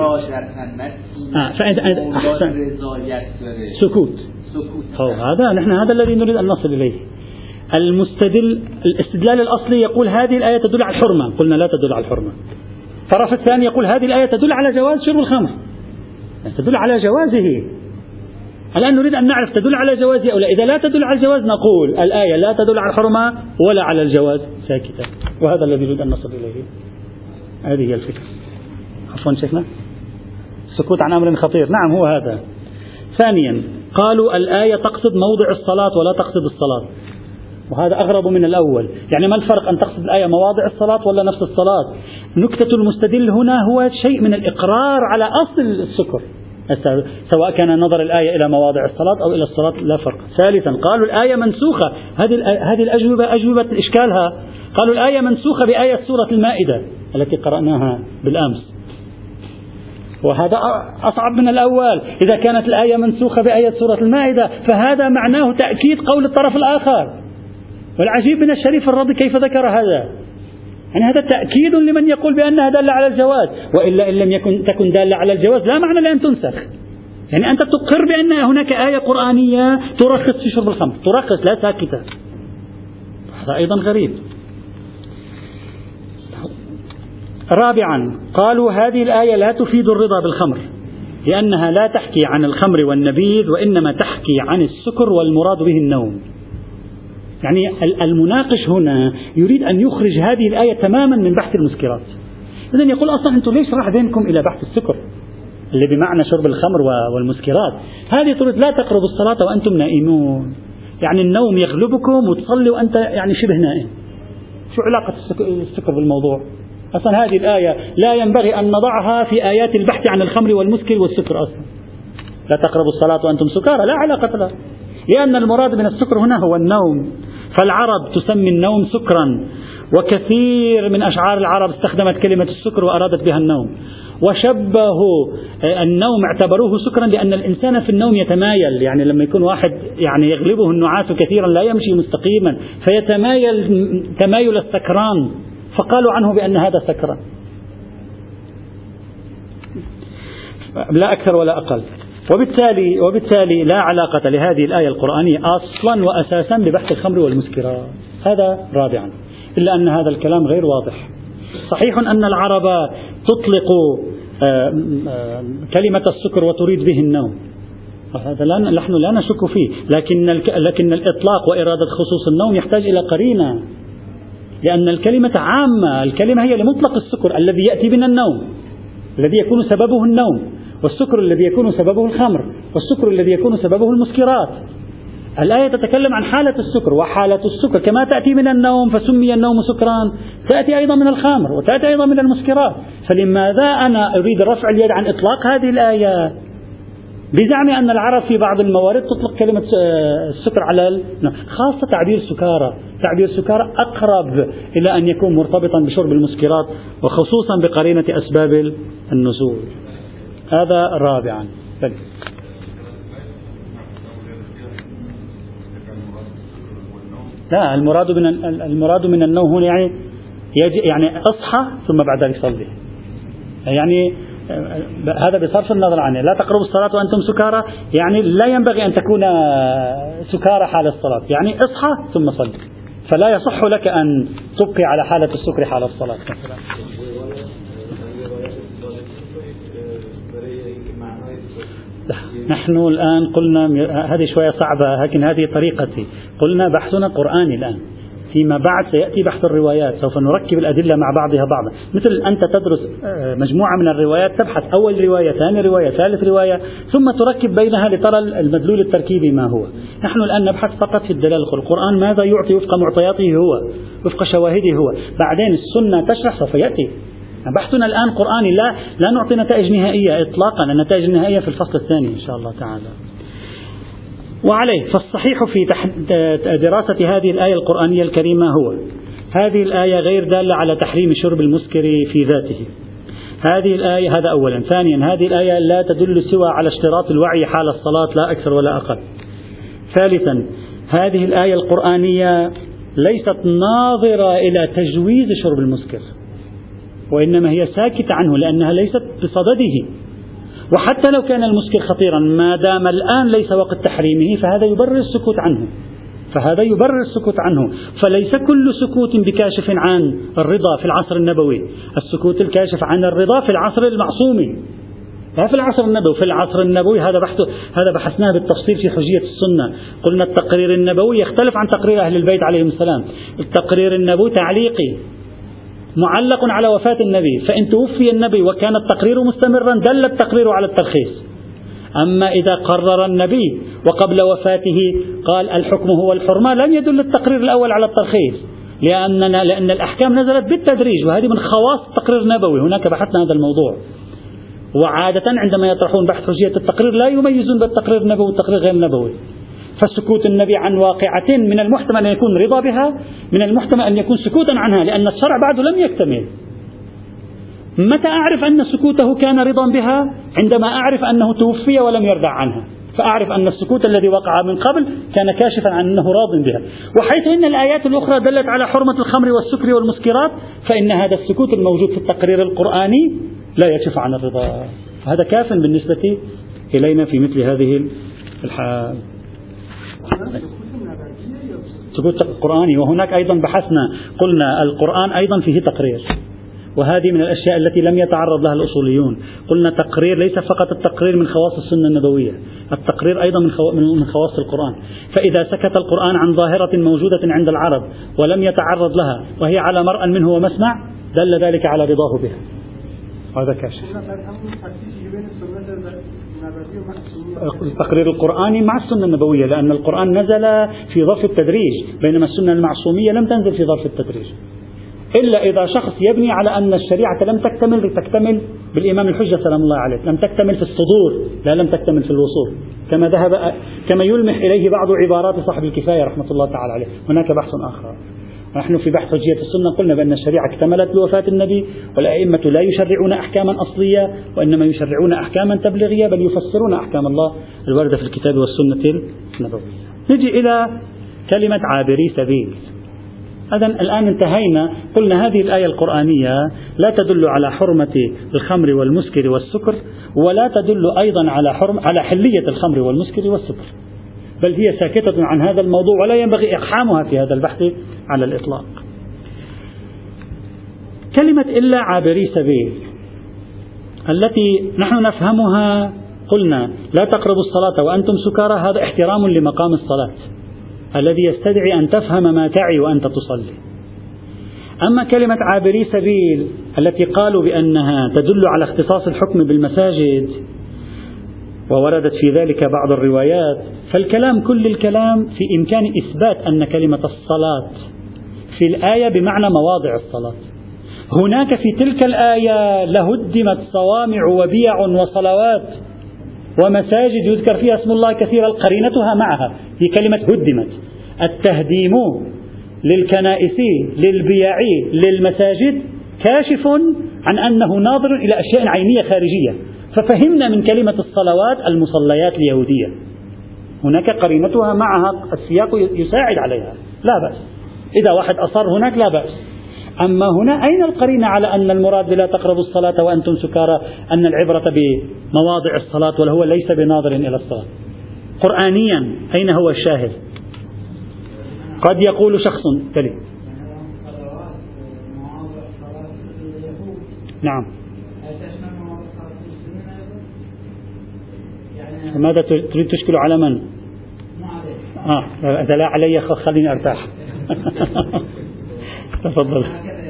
سكوت. هذا الذي نريد أن نصل إليه. الاستدلال الأصلي يقول هذه الآية تدل على الحرمة، قلنا لا تدل على الحرمة. الطرف الثاني يقول هذه الآية تدل على جواز شرب الخمر، تدل على جوازه. الآن نريد أن نعرف تدل على جوازه أو لا. إذا لا تدل على الجواز نقول الآية لا تدل على الحرمة ولا على الجواز، ساكتة. وهذا الذي نريد أن نصل إليه. هذه هي الفكرة. عفوا شيخنا، السكوت عن أمر خطير. نعم هو هذا. ثانيا قالوا الآية تقصد موضع الصلاة ولا تقصد الصلاة، وهذا أغرب من الأول. يعني ما الفرق أن تقصد الآية مواضع الصلاة ولا نفس الصلاة؟ نكتة المستدل هنا هو شيء من الإقرار على أصل السكر، سواء كان نظر الآية إلى مواضع الصلاة أو إلى الصلاة لا فرق. ثالثا قالوا الآية منسوخة. هذه أجوبة إشكالها. قالوا الآية منسوخة بآية سورة المائدة التي قرأناها بالأمس، وهذا أصعب من الأول. إذا كانت الآية منسوخة بآية سورة المائدة فهذا معناه تأكيد قول الطرف الآخر. والعجيب من الشريف الرضي كيف ذكر هذا، يعني هذا تأكيد لمن يقول بأنها دالة على الجواز، وإلا إن لم تكن دالة على الجواز لا معنى لأن تنسخ. يعني أنت تقر بأن هناك آية قرآنية ترخص في شرب الخمر، ترخص لا ساكتة. هذا أيضا غريب. رابعا قالوا هذه الآية لا تفيد الرضا بالخمر، لأنها لا تحكي عن الخمر والنبيذ، وإنما تحكي عن السكر والمراد به النوم. يعني المناقش هنا يريد أن يخرج هذه الآية تماما من بحث المسكرات. إذن يقول أصلا أنتم ليش راح ذهنكم إلى بحث السكر اللي بمعنى شرب الخمر والمسكرات؟ هذه تريد لا تقربوا الصلاة وأنتم نائمون، يعني النوم يغلبكم وتصلي وأنت يعني شبه نائم. شو علاقة السكر بالموضوع؟ أصلا هذه الآية لا ينبغي أن نضعها في آيات البحث عن الخمر والمسكر والسكر. أصلا لا تقربوا الصلاة وأنتم سكارى لا علاقة لها، لأن المراد من السكر هنا هو النوم. فالعرب تسمي النوم سكرا، وكثير من أشعار العرب استخدمت كلمة السكر وأرادت بها النوم، وشبهوا النوم اعتبروه سكرا لأن الإنسان في النوم يتمايل. يعني لما يكون واحد يعني يغلبه النعاس كثيرا لا يمشي مستقيما فيتمايل تمايل السكران، فقالوا عنه بأن هذا سكرا، لا أكثر ولا أقل. وبالتالي لا علاقة لهذه الآية القرآنية أصلا وأساسا ببحث الخمر والمسكرات. هذا رابعا، إلا أن هذا الكلام غير واضح. صحيح أن العرب تطلق كلمة السكر وتريد به النوم، هذا نحن لا نشك فيه، لكن الإطلاق وإرادة خصوص النوم يحتاج إلى قرينة، لأن الكلمة عامة. الكلمة هي لمطلق السكر الذي يأتي من النوم، الذي يكون سببه النوم، والسكر الذي يكون سببه الخمر، والسكر الذي يكون سببه المسكرات. الآية تتكلم عن حالة السكر، وحالة السكر كما تأتي من النوم فسمي النوم سكران تأتي أيضا من الخمر وتأتي أيضا من المسكرات. فلماذا أنا أريد رفع اليد عن إطلاق هذه الآية بزعم أن العرب في بعض الموارد تطلق كلمة السكر على خاصة تعبير سكارى. تعبير سكارى أقرب إلى أن يكون مرتبطا بشرب المسكرات، وخصوصا بقرينة أسباب النزول. هذا رابعا. لا، المراد من النوم هنا يعني أصحى ثم بعد ذلك صلي. يعني هذا بصرف النظر عنه. لا تقربوا الصلاة وأنتم سكارى، يعني لا ينبغي أن تكون سكارى حال الصلاة، يعني اصحى ثم صلي. فلا يصح لك أن تبقي على حالة السكر حال الصلاة مثلا. نحن الآن قلنا هذه شوية صعبة، لكن هذه طريقتي. قلنا بحثنا قرآني الآن، فيما بعد سيأتي بحث الروايات، سوف نركب الأدلة مع بعضها بعضا. مثل أنت تدرس مجموعة من الروايات، تبحث أول رواية، ثاني رواية، ثالث رواية، ثم تركب بينها لترى المدلول التركيبي ما هو. نحن الآن نبحث فقط في الدلالة. القرآن ماذا يعطي وفق معطياته هو، وفق شواهده هو. بعدين السنة تشرح، سوف يأتي. بحثنا الآن قرآني، لا نعطي نتائج نهائية إطلاقا. النتائج النهائية في الفصل الثاني إن شاء الله تعالى. وعليه فالصحيح في دراسة هذه الآية القرآنية الكريمة هو هذه الآية غير دالة على تحريم شرب المسكر في ذاته. هذه الآية، هذا أولا. ثانيا هذه الآية لا تدل سوى على اشتراط الوعي حال الصلاة لا أكثر ولا أقل. ثالثا هذه الآية القرآنية ليست ناظرة إلى تجويز شرب المسكر، وإنما هي ساكتة عنه لأنها ليست بصدده. وحتى لو كان المسكر خطيرا ما دام الآن ليس وقت تحريمه فهذا يبرر السكوت عنه. فليس كل سكوت بكاشف عن الرضا في العصر النبوي. السكوت الكاشف عن الرضا في العصر المعصومي، لا في العصر النبوي. في العصر النبوي هذا بحثناه بالتفصيل في حجية السنة. قلنا التقرير النبوي يختلف عن تقرير أهل البيت عليهم السلام. التقرير النبوي تعليقي معلق على وفاة النبي، فإن توفي النبي وكان التقرير مستمرا دل التقرير على الترخيص. أما إذا قرر النبي وقبل وفاته قال الحكم هو الحرمة لم يدل التقرير الأول على الترخيص، لأن الأحكام نزلت بالتدريج، وهذه من خواص التقرير النبوي. هناك بحثنا هذا الموضوع. وعادة عندما يطرحون بحث حجية التقرير لا يميزون بين التقرير النبوي والتقرير غير النبوي. فسكوت النبي عن واقعة من المحتمل أن يكون رضا بها، من المحتمل أن يكون سكوتا عنها، لأن الشرع بعده لم يكتمل. متى أعرف أن سكوته كان رضا بها؟ عندما أعرف أنه توفي ولم يرضع عنها، فأعرف أن السكوت الذي وقع من قبل كان كاشفا عن أنه راض بها. وحيث أن الآيات الأخرى دلت على حرمة الخمر والسكر والمسكرات، فإن هذا السكوت الموجود في التقرير القرآني لا يكشف عن الرضا. هذا كاف بالنسبة إلينا في مثل هذه الحال. سكوت القرآني. وهناك أيضا بحثنا قلنا القرآن أيضا فيه تقرير، وهذه من الأشياء التي لم يتعرض لها الأصوليون. قلنا تقرير ليس فقط التقرير من خواص السنة النبوية، التقرير أيضا من خواص القرآن. فإذا سكت القرآن عن ظاهرة موجودة عند العرب ولم يتعرض لها وهي على مرأى منه ومسمع دل ذلك على رضاه بها. هذا كاشف. التقرير القرآني مع السنة النبوية، لأن القرآن نزل في ظرف التدريج، بينما السنة المعصومية لم تنزل في ظرف التدريج، إلا إذا شخص يبني على أن الشريعة لم تكتمل بالإمام الحجة سلام الله عليه، لم تكتمل في الصدور، لا لم تكتمل في الوصول، كما يلمح إليه بعض عبارات صاحب الكفاية رحمة الله تعالى عليه. هناك بحث آخر. نحن في بحث حجية السنة قلنا بأن الشريعة اكتملت بوفاة النبي، والأئمة لا يشرعون أحكاما أصلية وإنما يشرعون أحكاما تبليغية، بل يفسرون أحكام الله الواردة في الكتاب والسنة النبوية. نجي إلى كلمة عابري سبيل. الآن انتهينا. قلنا هذه الآية القرآنية لا تدل على حرمة الخمر والمسكر والسكر، ولا تدل أيضا على حلية الخمر والمسكر والسكر، بل هي ساكتة عن هذا الموضوع ولا ينبغي إقحامها في هذا البحث على الإطلاق. كلمة إلا عابري سبيل التي نحن نفهمها، قلنا لا تقربوا الصلاة وأنتم سكارى، هذا احترام لمقام الصلاة الذي يستدعي أن تفهم ما تعي وأنت تصلي. أما كلمة عابري سبيل التي قالوا بأنها تدل على اختصاص الحكم بالمساجد ووردت في ذلك بعض الروايات، فالكلام كل الكلام في إمكان إثبات أن كلمة الصلاة في الآية بمعنى مواضع الصلاة. هناك في تلك الآية لهدمت صوامع وبيع وصلوات ومساجد يذكر فيها اسم الله كثيرا، قرينتها معها في كلمة هدمت. التهديم للكنائس للبيع للمساجد كاشف عن أنه ناظر إلى أشياء عينية خارجية، ففهمنا من كلمة الصلوات المصليات اليهودية. هناك قرينتها معها، السياق يساعد عليها، لا بأس. إذا واحد أصر هناك لا بأس. أما هنا أين القرينة على أن المراد لا تقربوا الصلاة وأنتم سكارى، أن العبرة بمواضع الصلاة وهو ليس بناظر إلى الصلاة؟ قرآنيا أين هو الشاهد؟ قد يقول شخص كلمة نعم، ماذا تريد تشكل على من؟ إذا لا علي خليني أرتاح. تفضل.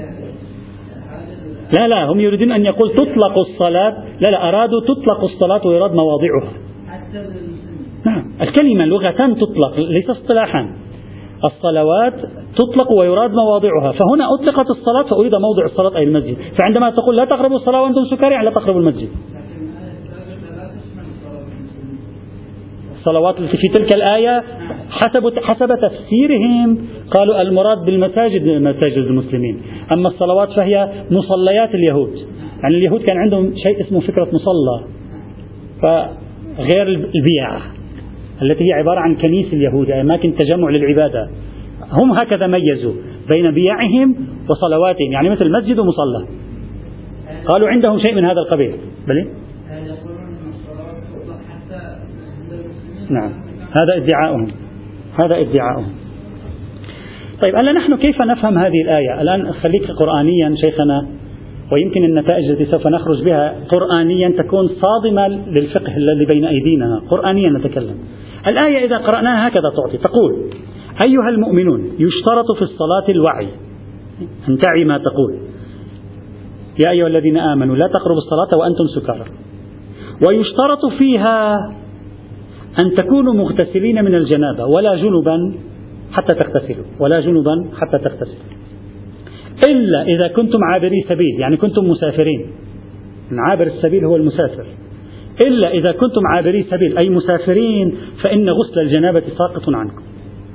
لا هم يريدون أن يقول تطلق الصلاة، لا أرادوا تطلق الصلاة ويراد مواضعها. نعم، الكلمة لغة تطلق ليس اصطلاحا. الصلوات تطلق ويراد مواضعها، فهنا أطلقت الصلاة فأريد موضع الصلاة أي المسجد. فعندما تقول لا تقربوا الصلاة وأنتم سكارى لا تقربوا المسجد. الصلوات في تلك الآية حسب تفسيرهم قالوا المراد بالمساجد مساجد المسلمين، أما الصلوات فهي مصليات اليهود. يعني اليهود كان عندهم شيء اسمه فكرة مصلى، فغير البيع التي هي عبارة عن كنيس اليهود، أماكن تجمع للعبادة. هم هكذا ميزوا بين بيعهم وصلواتهم، يعني مثل مسجد ومصلى. قالوا عندهم شيء من هذا القبيل. بلي؟ نعم، هذا ادعاؤهم. طيب الآن نحن كيف نفهم هذه الآية؟ الآن خليك قرآنيا شيخنا، ويمكن النتائج التي سوف نخرج بها قرآنيا تكون صادمة للفقه الذي بين أيدينا. قرآنيا نتكلم. الآية إذا قرأناها هكذا تعطي، تقول: أيها المؤمنون يشترط في الصلاة الوعي، أن تعي ما تقول. يا أيها الذين آمنوا لا تقربوا الصلاة وأنتم سكارى. ويشترط فيها أن تكونوا مغتسلين من الجنابة ولا جنبا حتى تغتسلوا، ولا جنبا حتى تغتسلوا، إلا إذا كنتم عابري سبيل، يعني كنتم مسافرين. عابر السبيل هو المسافر. إلا إذا كنتم عابري سبيل أي مسافرين فإن غسل الجنابة ساقط عنكم.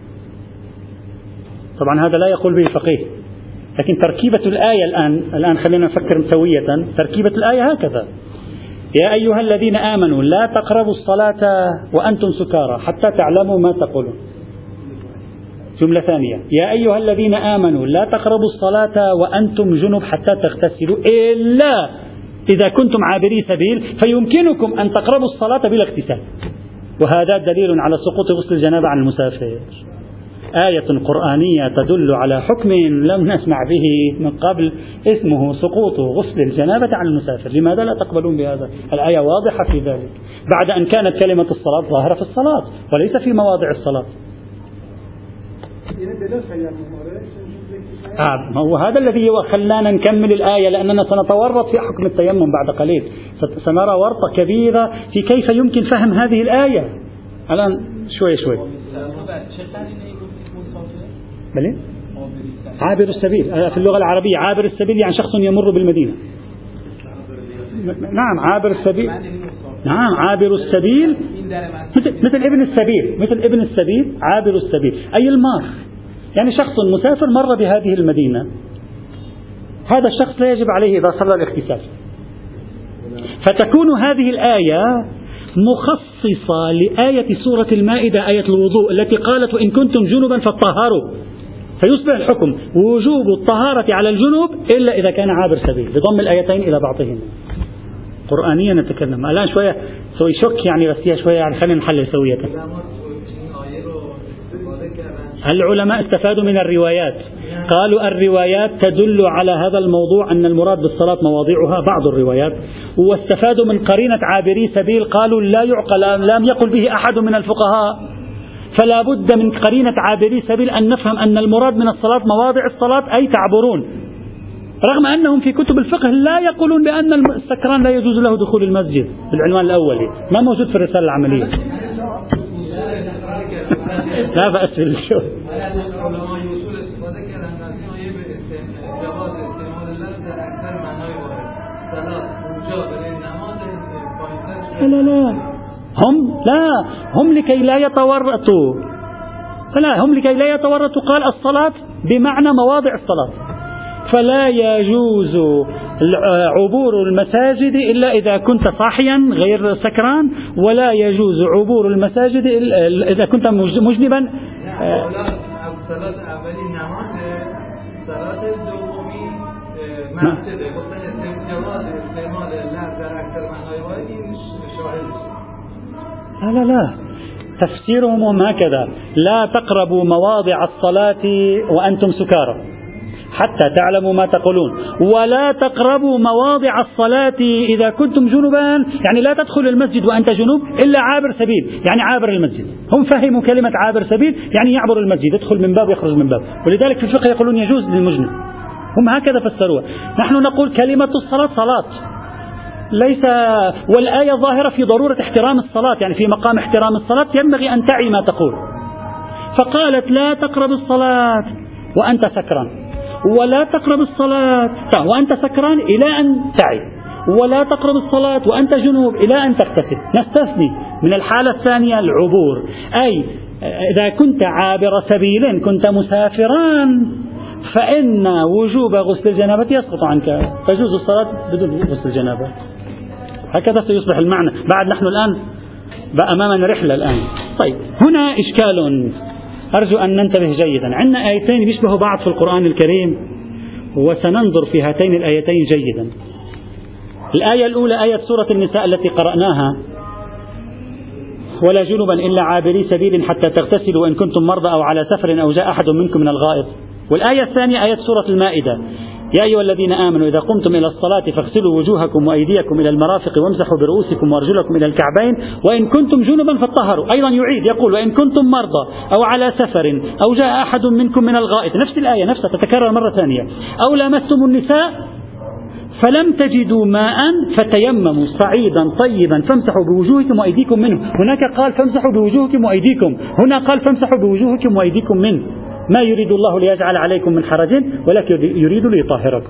طبعا هذا لا يقول به فقيه، لكن تركيبة الآية الآن خلينا نفكر سوية. تركيبة الآية هكذا: يا أيها الذين آمنوا لا تقربوا الصلاة وأنتم سكارى حتى تعلموا ما تقولون. جملة ثانية: يا أيها الذين آمنوا لا تقربوا الصلاة وأنتم جنب حتى تغتسلوا إلا إذا كنتم عابري سبيل فيمكنكم أن تقربوا الصلاة بلا اغتسال. وهذا دليل على سقوط غسل الجنابة عن المسافر. آية قرآنية تدل على حكم لم نسمع به من قبل، اسمه سقوط غسل الجنابة عن المسافر. لماذا لا تقبلون بهذا؟ الآية واضحة في ذلك، بعد أن كانت كلمة الصلاة ظاهرة في الصلاة وليس في مواضع الصلاة. هو هذا الذي خلانا نكمل الآية، لأننا سنتورط في حكم التيمم بعد قليل. سنرى ورطة كبيرة في كيف يمكن فهم هذه الآية. الآن شوي بلي؟ عابر السبيل في اللغة العربية، عابر السبيل يعني شخص يمر بالمدينة. نعم، عابر السبيل. نعم، عابر السبيل مثل ابن السبيل عابر السبيل أي المار، يعني شخص مسافر مر بهذه المدينة. هذا الشخص لا يجب عليه إذا صلى الاغتسال. فتكون هذه الآية مخصصة لآية سورة المائدة، آية الوضوء التي قالت: وإن كنتم جنبا فاطهروا. فيصبح الحكم وجوب الطهارة على الجنوب إلا إذا كان عابر سبيل، بضم الآيتين إلى بعضهما. قرآنيا نتكلم الآن شوية سوي شك يعني، بس هي شوية يعني خلينا نحلل سوية. العلماء استفادوا من الروايات، قالوا الروايات تدل على هذا الموضوع أن المراد بالصلاة مواضعها، بعض الروايات. واستفادوا من قرينة عابري سبيل، قالوا لا يعقل، لم يقل به أحد من الفقهاء، فلا بد من قرينة عابري سبيل أن نفهم أن المراد من الصلاة مواضع الصلاة أي تعبرون، رغم أنهم في كتب الفقه لا يقولون بأن السكران لا يجوز له دخول المسجد بالعنوان الأولي، ما موجود في الرسالة العملية. لا بأس بالشوف. لا هم لكي لا يتورطوا، قال الصلاة بمعنى مواضع الصلاة، فلا يجوز عبور المساجد إلا إذا كنت صاحيا غير سكران، ولا يجوز عبور المساجد إذا كنت مجنبا. لا تفسيرهم هكذا: لا تقربوا مواضع الصلاة وأنتم سكارى حتى تعلموا ما تقولون، ولا تقربوا مواضع الصلاة إذا كنتم جنبا، يعني لا تدخل المسجد وأنت جنوب إلا عابر سبيل، يعني عابر المسجد. هم فهموا كلمة عابر سبيل يعني يعبر المسجد، يدخل من باب يخرج من باب، ولذلك في الفقه يقولون يجوز للمجنب. هم هكذا فسروها. نحن نقول كلمة الصلاة صلاة ليس، والآية ظاهرة في ضرورة احترام الصلاة، يعني في مقام احترام الصلاة ينبغي أن تعي ما تقول. فقالت: لا تقرب الصلاة وأنت سكران، ولا تقرب الصلاة وأنت سكران إلى أن تعي، ولا تقرب الصلاة وأنت جنوب إلى أن تغتسل. نستثني من الحالة الثانية العبور، أي إذا كنت عابر سبيل، كنت مسافران، فإن وجوب غسل الجنابة يسقط عنك، تجوز الصلاة بدون غسل الجنابة. هكذا سيصبح المعنى. بعد نحن الآن بقى أمامنا رحلة الآن. طيب هنا إشكال أرجو أن ننتبه جيدا. عندنا آيتين بيشبهوا بعض في القرآن الكريم، وسننظر في هاتين الآيتين جيدا. الآية الأولى آية سورة النساء التي قرأناها: ولا جنبا إلا عابري سبيل حتى تغتسلوا وإن كنتم مرضى أو على سفر أو جاء أحد منكم من الغائط. والآية الثانية آية سورة المائدة: يا أيها الذين آمنوا إذا قمتم إلى الصلاة فاغسلوا وجوهكم وأيديكم إلى المرافق وامسحوا برؤوسكم وأرجلكم إلى الكعبين وإن كنتم جنبا فاطهروا. أيضا يعيد يقول: وإن كنتم مرضى أو على سفر أو جاء أحد منكم من الغائط. نفس الآية نفسها تتكرر مرة ثانية: أو لامستم النساء فلم تجدوا ماء فتيمموا صعيدا طيبا فامسحوا بوجوهكم وأيديكم منه. هناك قال فامسحوا بوجوهكم وأيديكم، هنا قال فامسحوا بوجوهكم وأيديكم منه. ما يريد الله ليجعل عليكم من حرج ولكن يريد ليطهركم.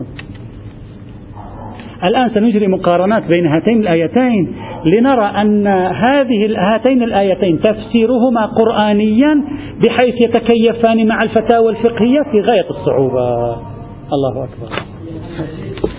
الآن سنجري مقارنات بين هاتين الآيتين لنرى أن هاتين الآيتين تفسيرهما قرآنيا بحيث يتكيفان مع الفتاوى الفقهية في غاية الصعوبة. الله أكبر.